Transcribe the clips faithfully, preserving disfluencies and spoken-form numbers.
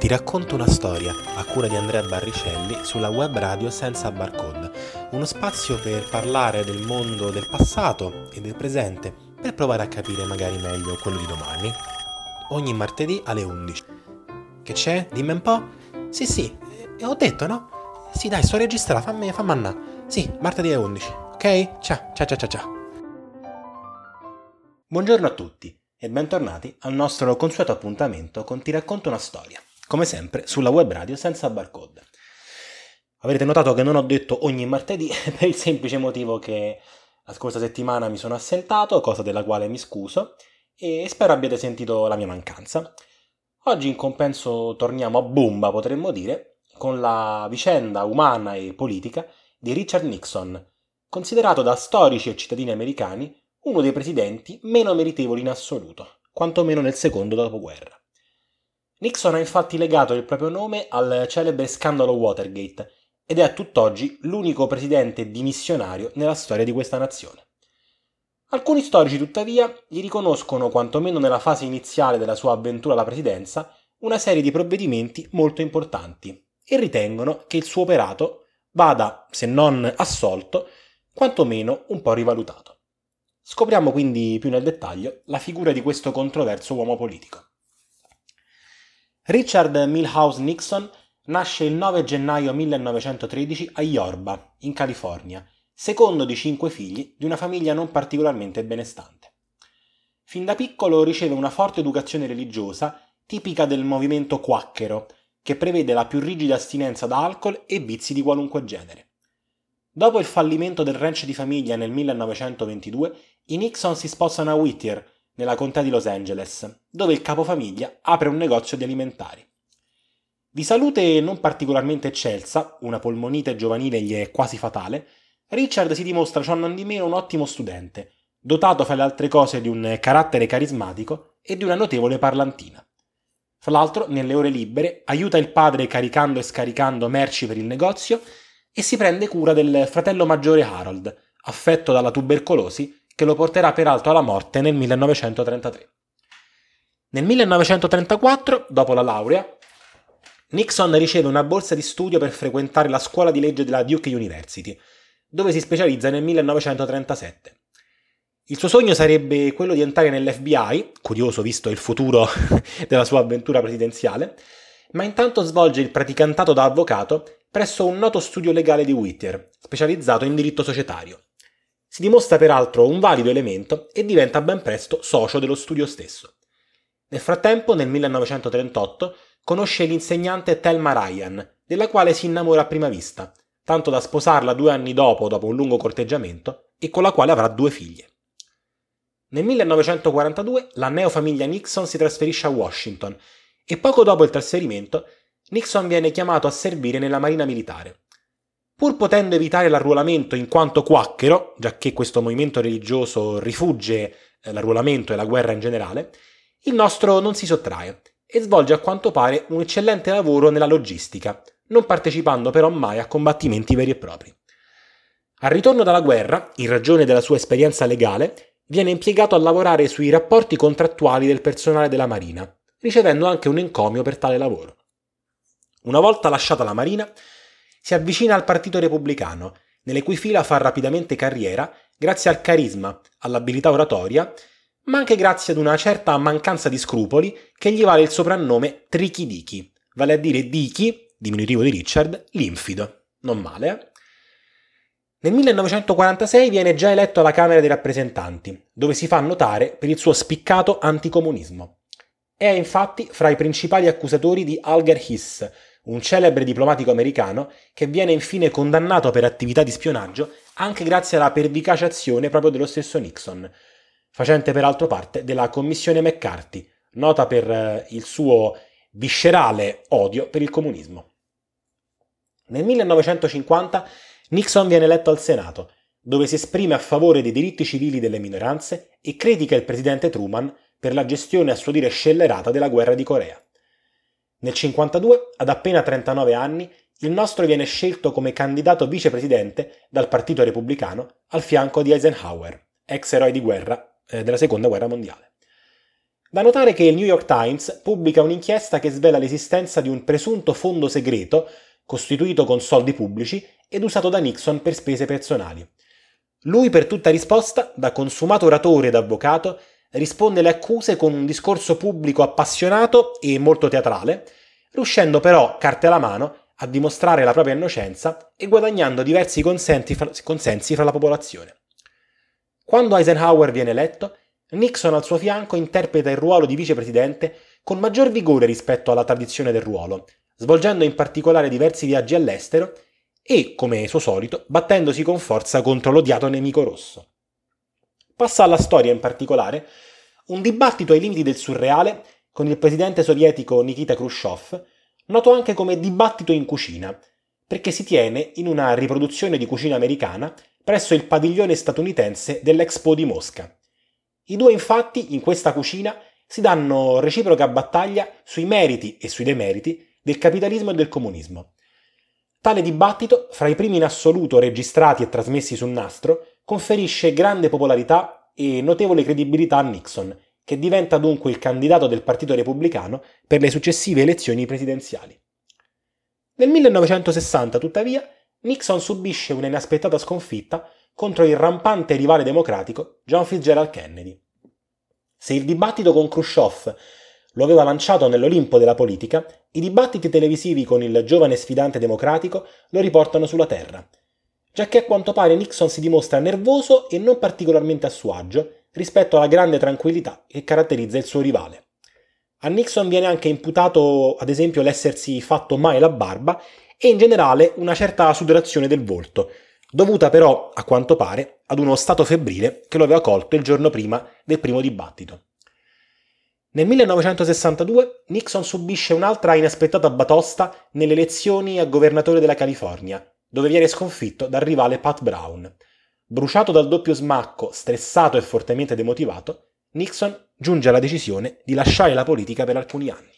Ti racconto una storia, a cura di Andrea Barricelli, sulla web radio Senza Barcode, uno spazio per parlare del mondo del passato e del presente, per provare a capire magari meglio quello di domani. Ogni martedì alle undici. Che c'è? Dimmi un po'? Sì, sì, eh, ho detto, no? Sì, dai, sto registrando, fammi, fammi annà. Sì, martedì alle undici, ok? Ciao, ciao, ciao, ciao, ciao. Buongiorno a tutti e bentornati al nostro consueto appuntamento con Ti racconto una storia, come sempre sulla web radio Senza Barcode. Avrete notato che non ho detto ogni martedì per il semplice motivo che la scorsa settimana mi sono assentato, cosa della quale mi scuso, e spero abbiate sentito la mia mancanza. Oggi in compenso torniamo a bomba, potremmo dire, con la vicenda umana e politica di Richard Nixon, considerato da storici e cittadini americani uno dei presidenti meno meritevoli in assoluto, quantomeno nel secondo dopoguerra. Nixon ha infatti legato il proprio nome al celebre scandalo Watergate ed è a tutt'oggi l'unico presidente dimissionario nella storia di questa nazione. Alcuni storici, tuttavia, gli riconoscono, quantomeno nella fase iniziale della sua avventura alla presidenza, una serie di provvedimenti molto importanti e ritengono che il suo operato vada, se non assolto, quantomeno un po' rivalutato. Scopriamo quindi più nel dettaglio la figura di questo controverso uomo politico. Richard Milhouse Nixon nasce il nove gennaio millenovecentotredici a Yorba, in California, secondo di cinque figli di una famiglia non particolarmente benestante. Fin da piccolo riceve una forte educazione religiosa tipica del movimento quacchero, che prevede la più rigida astinenza da alcol e vizi di qualunque genere. Dopo il fallimento del ranch di famiglia nel millenovecentoventidue, i Nixon si spostano a Whittier, nella contea di Los Angeles, dove il capofamiglia apre un negozio di alimentari. Di salute non particolarmente eccelsa, una polmonite giovanile gli è quasi fatale, Richard si dimostra ciò non di meno un ottimo studente, dotato fra le altre cose di un carattere carismatico e di una notevole parlantina. Fra l'altro, nelle ore libere, aiuta il padre caricando e scaricando merci per il negozio e si prende cura del fratello maggiore Harold, affetto dalla tubercolosi, che lo porterà peraltro alla morte nel millenovecentotrentatré. Nel millenovecentotrentaquattro, dopo la laurea, Nixon riceve una borsa di studio per frequentare la scuola di legge della Duke University, dove si specializza nel millenovecentotrentasette. Il suo sogno sarebbe quello di entrare nell'F B I, curioso visto il futuro della sua avventura presidenziale, ma intanto svolge il praticantato da avvocato presso un noto studio legale di Whittier, specializzato in diritto societario. Si dimostra peraltro un valido elemento e diventa ben presto socio dello studio stesso. Nel frattempo, nel millenovecentotrentotto, conosce l'insegnante Thelma Ryan, della quale si innamora a prima vista, tanto da sposarla due anni dopo, dopo un lungo corteggiamento, e con la quale avrà due figlie. Nel millenovecentoquarantadue la neofamiglia Nixon si trasferisce a Washington e poco dopo il trasferimento Nixon viene chiamato a servire nella Marina Militare. Pur potendo evitare l'arruolamento in quanto quacchero, giacché questo movimento religioso rifugge l'arruolamento e la guerra in generale, il nostro non si sottrae e svolge a quanto pare un eccellente lavoro nella logistica, non partecipando però mai a combattimenti veri e propri. Al ritorno dalla guerra, in ragione della sua esperienza legale, viene impiegato a lavorare sui rapporti contrattuali del personale della Marina, ricevendo anche un encomio per tale lavoro. Una volta lasciata la Marina, si avvicina al Partito Repubblicano, nelle cui fila fa rapidamente carriera grazie al carisma, all'abilità oratoria, ma anche grazie ad una certa mancanza di scrupoli che gli vale il soprannome Tricky Dicky, vale a dire Dicky, diminutivo di Richard, l'infido. Non male, eh? Nel millenovecentoquarantasei viene già eletto alla Camera dei Rappresentanti, dove si fa notare per il suo spiccato anticomunismo. È infatti fra i principali accusatori di Alger Hiss, un celebre diplomatico americano che viene infine condannato per attività di spionaggio anche grazie alla pervicace azione proprio dello stesso Nixon, facente peraltro parte della Commissione McCarthy, nota per il suo viscerale odio per il comunismo. Nel millenovecentocinquanta Nixon viene eletto al Senato, dove si esprime a favore dei diritti civili delle minoranze e critica il presidente Truman per la gestione a suo dire scellerata della guerra di Corea. Nel cinquantadue, ad appena trentanove anni, il nostro viene scelto come candidato vicepresidente dal Partito Repubblicano al fianco di Eisenhower, ex eroe di guerra eh, della Seconda Guerra Mondiale. Da notare che il New York Times pubblica un'inchiesta che svela l'esistenza di un presunto fondo segreto costituito con soldi pubblici ed usato da Nixon per spese personali. Lui, per tutta risposta, da consumato oratore ed avvocato, risponde alle accuse con un discorso pubblico appassionato e molto teatrale, riuscendo però, carte alla mano, a dimostrare la propria innocenza e guadagnando diversi consensi fra, consensi fra la popolazione. Quando Eisenhower viene eletto, Nixon al suo fianco interpreta il ruolo di vicepresidente con maggior vigore rispetto alla tradizione del ruolo, svolgendo in particolare diversi viaggi all'estero e, come suo solito, battendosi con forza contro l'odiato nemico rosso. Passa alla storia in particolare un dibattito ai limiti del surreale con il presidente sovietico Nikita Khrushchev, noto anche come dibattito in cucina, perché si tiene in una riproduzione di cucina americana presso il padiglione statunitense dell'Expo di Mosca. I due infatti in questa cucina si danno reciproca battaglia sui meriti e sui demeriti del capitalismo e del comunismo. Tale dibattito, fra i primi in assoluto registrati e trasmessi sul nastro, conferisce grande popolarità e notevole credibilità a Nixon, che diventa dunque il candidato del Partito Repubblicano per le successive elezioni presidenziali. Nel millenovecentosessanta, tuttavia, Nixon subisce una inaspettata sconfitta contro il rampante rivale democratico John Fitzgerald Kennedy. Se il dibattito con Khrushchev lo aveva lanciato nell'Olimpo della politica, i dibattiti televisivi con il giovane sfidante democratico lo riportano sulla terra, giacché a quanto pare Nixon si dimostra nervoso e non particolarmente a suo agio rispetto alla grande tranquillità che caratterizza il suo rivale. A Nixon viene anche imputato, ad esempio, l'essersi fatto mai la barba e in generale una certa sudorazione del volto, dovuta però, a quanto pare, ad uno stato febbrile che lo aveva colto il giorno prima del primo dibattito. Nel millenovecentosessantadue Nixon subisce un'altra inaspettata batosta nelle elezioni a governatore della California, dove viene sconfitto dal rivale Pat Brown. Bruciato dal doppio smacco, stressato e fortemente demotivato, Nixon giunge alla decisione di lasciare la politica per alcuni anni.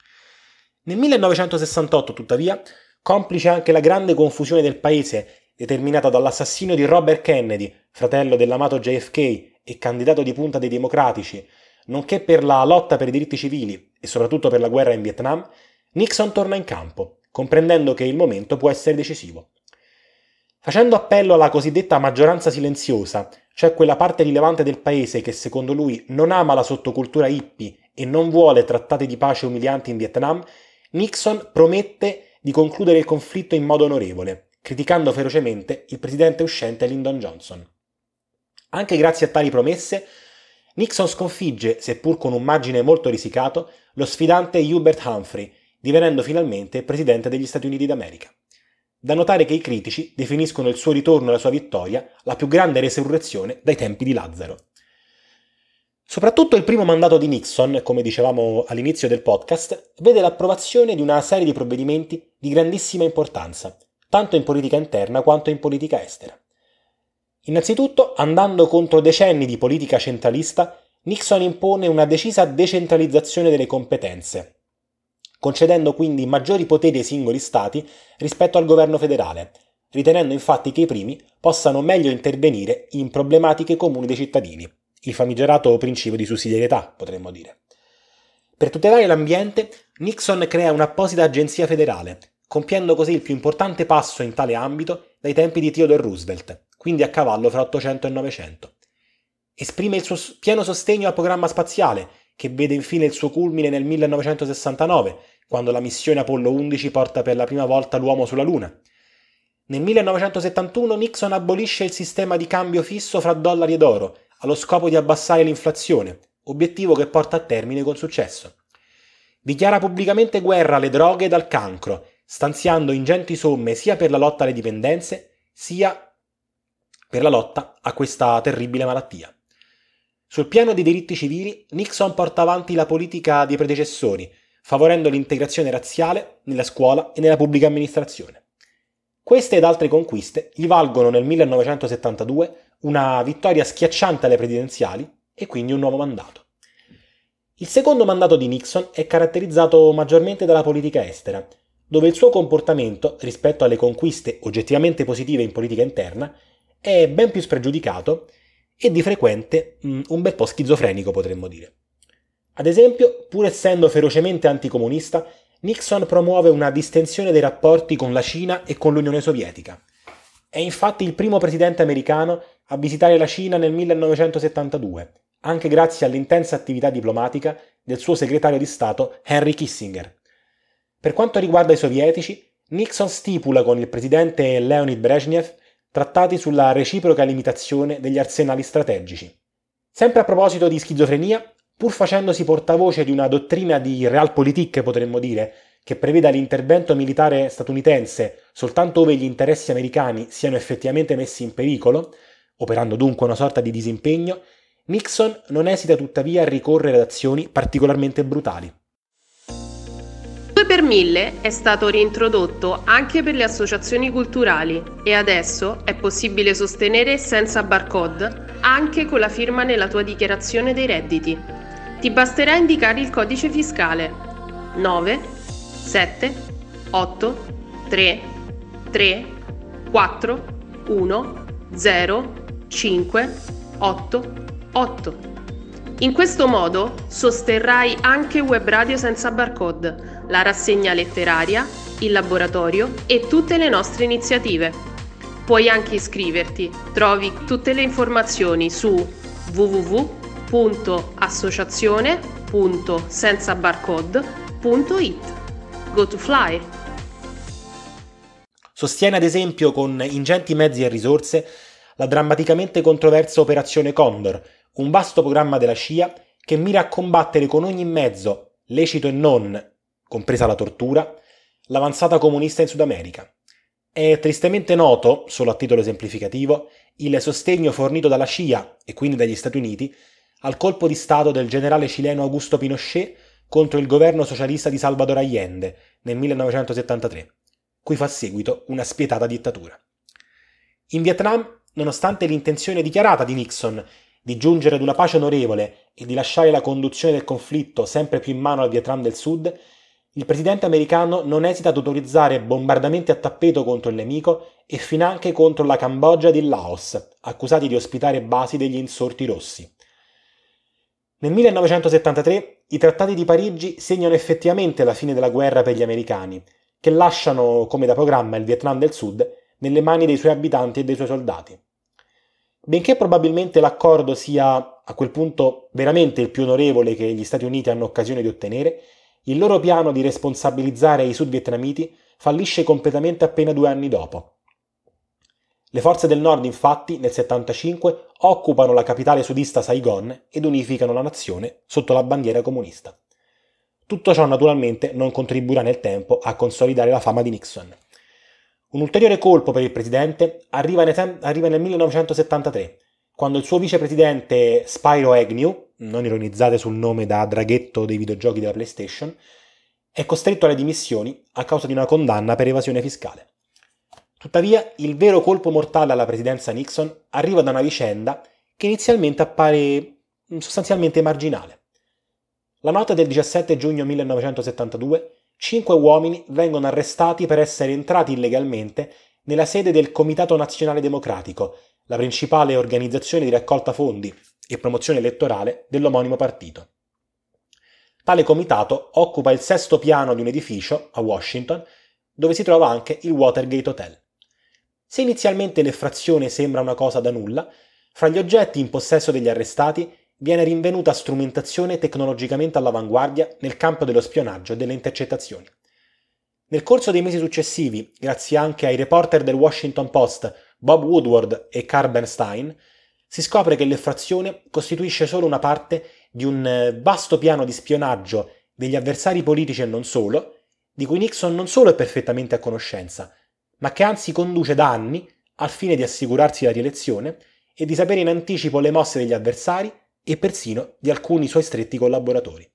Nel millenovecentosessantotto, tuttavia, complice anche la grande confusione del paese determinata dall'assassinio di Robert Kennedy, fratello dell'amato J F K e candidato di punta dei democratici, nonché per la lotta per i diritti civili e soprattutto per la guerra in Vietnam, Nixon torna in campo, comprendendo che il momento può essere decisivo. Facendo appello alla cosiddetta maggioranza silenziosa, cioè quella parte rilevante del paese che secondo lui non ama la sottocultura hippie e non vuole trattati di pace umilianti in Vietnam, Nixon promette di concludere il conflitto in modo onorevole, criticando ferocemente il presidente uscente Lyndon Johnson. Anche grazie a tali promesse, Nixon sconfigge, seppur con un margine molto risicato, lo sfidante Hubert Humphrey, divenendo finalmente presidente degli Stati Uniti d'America. Da notare che i critici definiscono il suo ritorno e la sua vittoria la più grande resurrezione dai tempi di Lazzaro. Soprattutto il primo mandato di Nixon, come dicevamo all'inizio del podcast, vede l'approvazione di una serie di provvedimenti di grandissima importanza, tanto in politica interna quanto in politica estera. Innanzitutto, andando contro decenni di politica centralista, Nixon impone una decisa decentralizzazione delle competenze, concedendo quindi maggiori poteri ai singoli stati rispetto al governo federale, ritenendo infatti che i primi possano meglio intervenire in problematiche comuni dei cittadini, il famigerato principio di sussidiarietà, potremmo dire. Per tutelare l'ambiente, Nixon crea un'apposita agenzia federale, compiendo così il più importante passo in tale ambito dai tempi di Theodore Roosevelt, quindi a cavallo fra Ottocento e Novecento. Esprime il suo pieno sostegno al programma spaziale, che vede infine il suo culmine nel millenovecentosessantanove, quando la missione Apollo undici porta per la prima volta l'uomo sulla Luna. Nel millenovecentosettantuno Nixon abolisce il sistema di cambio fisso fra dollari ed oro, allo scopo di abbassare l'inflazione, obiettivo che porta a termine con successo. Dichiara pubblicamente guerra alle droghe ed al cancro, stanziando ingenti somme sia per la lotta alle dipendenze, sia per la lotta a questa terribile malattia. Sul piano dei diritti civili, Nixon porta avanti la politica dei predecessori, favorendo l'integrazione razziale nella scuola e nella pubblica amministrazione. Queste ed altre conquiste gli valgono nel millenovecentosettantadue una vittoria schiacciante alle presidenziali e quindi un nuovo mandato. Il secondo mandato di Nixon è caratterizzato maggiormente dalla politica estera, dove il suo comportamento rispetto alle conquiste oggettivamente positive in politica interna è ben più spregiudicato e di frequente mh, un bel po' schizofrenico, potremmo dire. Ad esempio, pur essendo ferocemente anticomunista, Nixon promuove una distensione dei rapporti con la Cina e con l'Unione Sovietica. È infatti il primo presidente americano a visitare la Cina nel millenovecentosettantadue, anche grazie all'intensa attività diplomatica del suo segretario di Stato Henry Kissinger. Per quanto riguarda i sovietici, Nixon stipula con il presidente Leonid Brezhnev trattati sulla reciproca limitazione degli arsenali strategici. Sempre a proposito di schizofrenia, pur facendosi portavoce di una dottrina di realpolitik, potremmo dire, che preveda l'intervento militare statunitense soltanto ove gli interessi americani siano effettivamente messi in pericolo, operando dunque una sorta di disimpegno, Nixon non esita tuttavia a ricorrere ad azioni particolarmente brutali. due per mille è stato reintrodotto anche per le associazioni culturali e adesso è possibile sostenere senza barcode anche con la firma nella tua dichiarazione dei redditi. Ti basterà indicare il codice fiscale nove sette otto tre tre quattro uno zero cinque otto otto. In questo modo sosterrai anche Web Radio senza barcode, la rassegna letteraria, il laboratorio e tutte le nostre iniziative. Puoi anche iscriverti, trovi tutte le informazioni su w w w punto associazione punto senza barcode punto it. Go to fly! Sostiene ad esempio con ingenti mezzi e risorse la drammaticamente controversa Operazione Condor, un vasto programma della C I A che mira a combattere con ogni mezzo, lecito e non, compresa la tortura, l'avanzata comunista in Sud America. È tristemente noto, solo a titolo esemplificativo, il sostegno fornito dalla C I A, e quindi dagli Stati Uniti, al colpo di Stato del generale cileno Augusto Pinochet contro il governo socialista di Salvador Allende nel millenovecentosettantatré, cui fa seguito una spietata dittatura. In Vietnam, nonostante l'intenzione dichiarata di Nixon di giungere ad una pace onorevole e di lasciare la conduzione del conflitto sempre più in mano al Vietnam del Sud, il presidente americano non esita ad autorizzare bombardamenti a tappeto contro il nemico e finanche contro la Cambogia ed il Laos, accusati di ospitare basi degli insorti rossi. Nel millenovecentosettantatré i trattati di Parigi segnano effettivamente la fine della guerra per gli americani, che lasciano, come da programma, il Vietnam del Sud nelle mani dei suoi abitanti e dei suoi soldati. Benché probabilmente l'accordo sia a quel punto veramente il più onorevole che gli Stati Uniti hanno occasione di ottenere, il loro piano di responsabilizzare i sudvietnamiti fallisce completamente appena due anni dopo. Le forze del nord, infatti, nel settantacinque occupano la capitale sudista Saigon ed unificano la nazione sotto la bandiera comunista. Tutto ciò naturalmente non contribuirà nel tempo a consolidare la fama di Nixon. Un ulteriore colpo per il presidente arriva nel millenovecentosettantatré, quando il suo vicepresidente Spyro Agnew, non ironizzate sul nome da draghetto dei videogiochi della PlayStation, è costretto alle dimissioni a causa di una condanna per evasione fiscale. Tuttavia, il vero colpo mortale alla presidenza Nixon arriva da una vicenda che inizialmente appare sostanzialmente marginale. La notte del diciassette giugno millenovecentosettantadue, cinque uomini vengono arrestati per essere entrati illegalmente nella sede del Comitato Nazionale Democratico, la principale organizzazione di raccolta fondi e promozione elettorale dell'omonimo partito. Tale comitato occupa il sesto piano di un edificio a Washington, dove si trova anche il Watergate Hotel. Se inizialmente l'effrazione sembra una cosa da nulla, fra gli oggetti in possesso degli arrestati viene rinvenuta strumentazione tecnologicamente all'avanguardia nel campo dello spionaggio e delle intercettazioni. Nel corso dei mesi successivi, grazie anche ai reporter del Washington Post Bob Woodward e Carl Bernstein, si scopre che l'effrazione costituisce solo una parte di un vasto piano di spionaggio degli avversari politici e non solo, di cui Nixon non solo è perfettamente a conoscenza, ma che anzi conduce da anni al fine di assicurarsi la rielezione e di sapere in anticipo le mosse degli avversari e persino di alcuni suoi stretti collaboratori.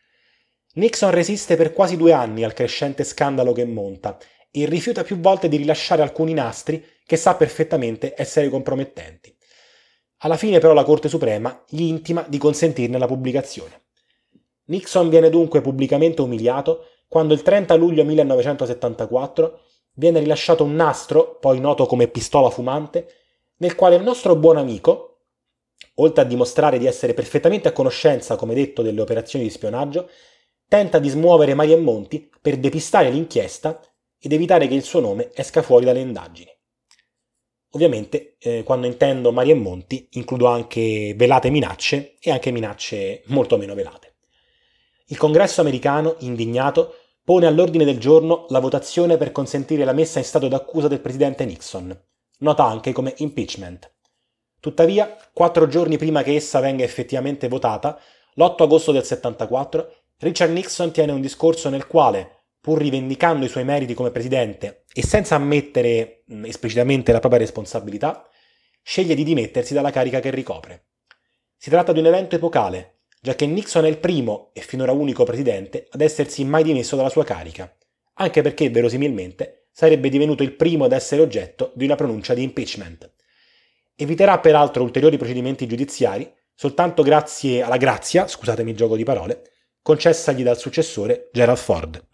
Nixon resiste per quasi due anni al crescente scandalo che monta e rifiuta più volte di rilasciare alcuni nastri che sa perfettamente essere compromettenti. Alla fine però la Corte Suprema gli intima di consentirne la pubblicazione. Nixon viene dunque pubblicamente umiliato quando il trenta luglio millenovecentosettantaquattro viene rilasciato un nastro, poi noto come pistola fumante, nel quale il nostro buon amico, oltre a dimostrare di essere perfettamente a conoscenza, come detto, delle operazioni di spionaggio, tenta di smuovere Mario Monti per depistare l'inchiesta ed evitare che il suo nome esca fuori dalle indagini. Ovviamente, eh, quando intendo Mario Monti, includo anche velate minacce e anche minacce molto meno velate. Il Congresso americano, indignato, pone all'ordine del giorno la votazione per consentire la messa in stato d'accusa del presidente Nixon, nota anche come impeachment. Tuttavia, quattro giorni prima che essa venga effettivamente votata, l'otto agosto del settantaquattro, Richard Nixon tiene un discorso nel quale, pur rivendicando i suoi meriti come presidente e senza ammettere mh, esplicitamente la propria responsabilità, sceglie di dimettersi dalla carica che ricopre. Si tratta di un evento epocale, giacché Nixon è il primo e finora unico presidente ad essersi mai dimesso dalla sua carica, anche perché verosimilmente sarebbe divenuto il primo ad essere oggetto di una pronuncia di impeachment. Eviterà peraltro ulteriori procedimenti giudiziari soltanto grazie alla grazia, scusatemi il gioco di parole, concessagli dal successore Gerald Ford.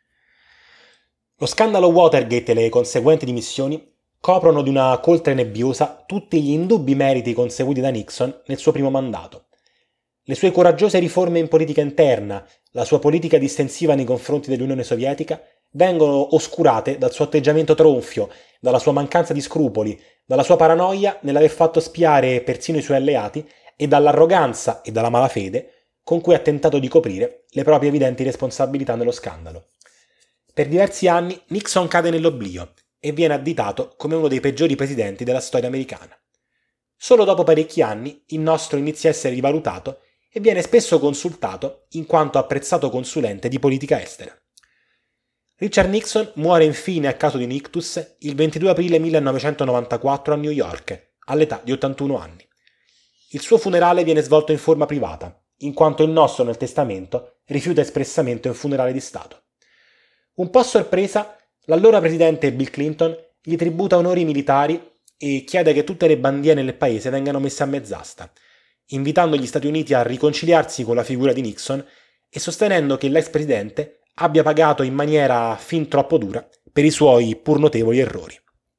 Lo scandalo Watergate e le conseguenti dimissioni coprono di una coltre nebbiosa tutti gli indubbi meriti conseguiti da Nixon nel suo primo mandato. Le sue coraggiose riforme in politica interna, la sua politica distensiva nei confronti dell'Unione Sovietica, vengono oscurate dal suo atteggiamento tronfio, dalla sua mancanza di scrupoli, dalla sua paranoia nell'aver fatto spiare persino i suoi alleati e dall'arroganza e dalla malafede con cui ha tentato di coprire le proprie evidenti responsabilità nello scandalo. Per diversi anni Nixon cade nell'oblio e viene additato come uno dei peggiori presidenti della storia americana. Solo dopo parecchi anni il nostro inizia a essere rivalutato e viene spesso consultato in quanto apprezzato consulente di politica estera. Richard Nixon muore infine a causa di un ictus il ventidue aprile millenovecentonovantaquattro a New York, all'età di ottantuno anni. Il suo funerale viene svolto in forma privata, in quanto il nostro nel testamento rifiuta espressamente un funerale di Stato. Un po' a sorpresa, l'allora presidente Bill Clinton gli tributa onori militari e chiede che tutte le bandiere nel paese vengano messe a mezz'asta, invitando gli Stati Uniti a riconciliarsi con la figura di Nixon e sostenendo che l'ex presidente abbia pagato in maniera fin troppo dura per i suoi pur notevoli errori.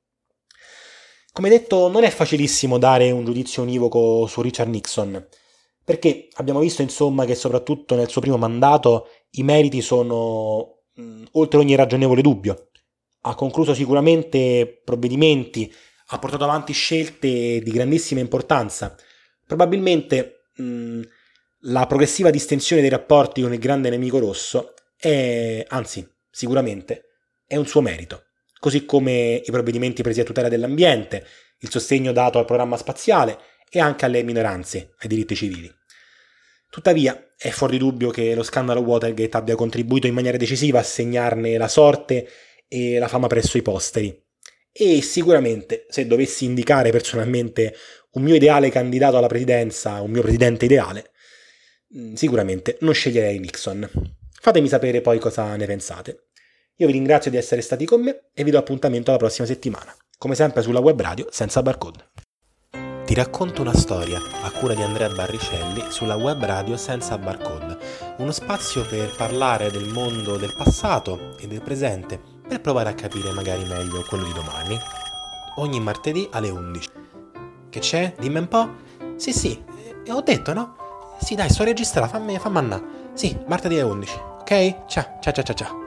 Come detto, non è facilissimo dare un giudizio univoco su Richard Nixon, perché abbiamo visto insomma che soprattutto nel suo primo mandato i meriti sono mh, oltre ogni ragionevole dubbio. Ha concluso sicuramente provvedimenti, ha portato avanti scelte di grandissima importanza. Probabilmente mh, la progressiva distensione dei rapporti con il grande nemico rosso è, anzi, sicuramente, è un suo merito. Così come i provvedimenti presi a tutela dell'ambiente, il sostegno dato al programma spaziale e anche alle minoranze, ai diritti civili. Tuttavia, è fuori di dubbio che lo scandalo Watergate abbia contribuito in maniera decisiva a segnarne la sorte e la fama presso i posteri. E sicuramente, se dovessi indicare personalmente un mio ideale candidato alla presidenza, un mio presidente ideale, sicuramente non sceglierei Nixon. Fatemi sapere poi cosa ne pensate. Io vi ringrazio di essere stati con me e vi do appuntamento alla prossima settimana, come sempre sulla web radio senza barcode. Ti racconto una storia a cura di Andrea Barricelli sulla web radio senza barcode, uno spazio per parlare del mondo del passato e del presente, per provare a capire magari meglio quello di domani. Ogni martedì alle undici. Che c'è? Dimmi un po'? Sì, sì, eh, ho detto, no? Sì, dai, sto registrando, fammi, fammi andare. Sì, martedì alle undici, ok? Ciao, ciao, ciao, ciao, ciao.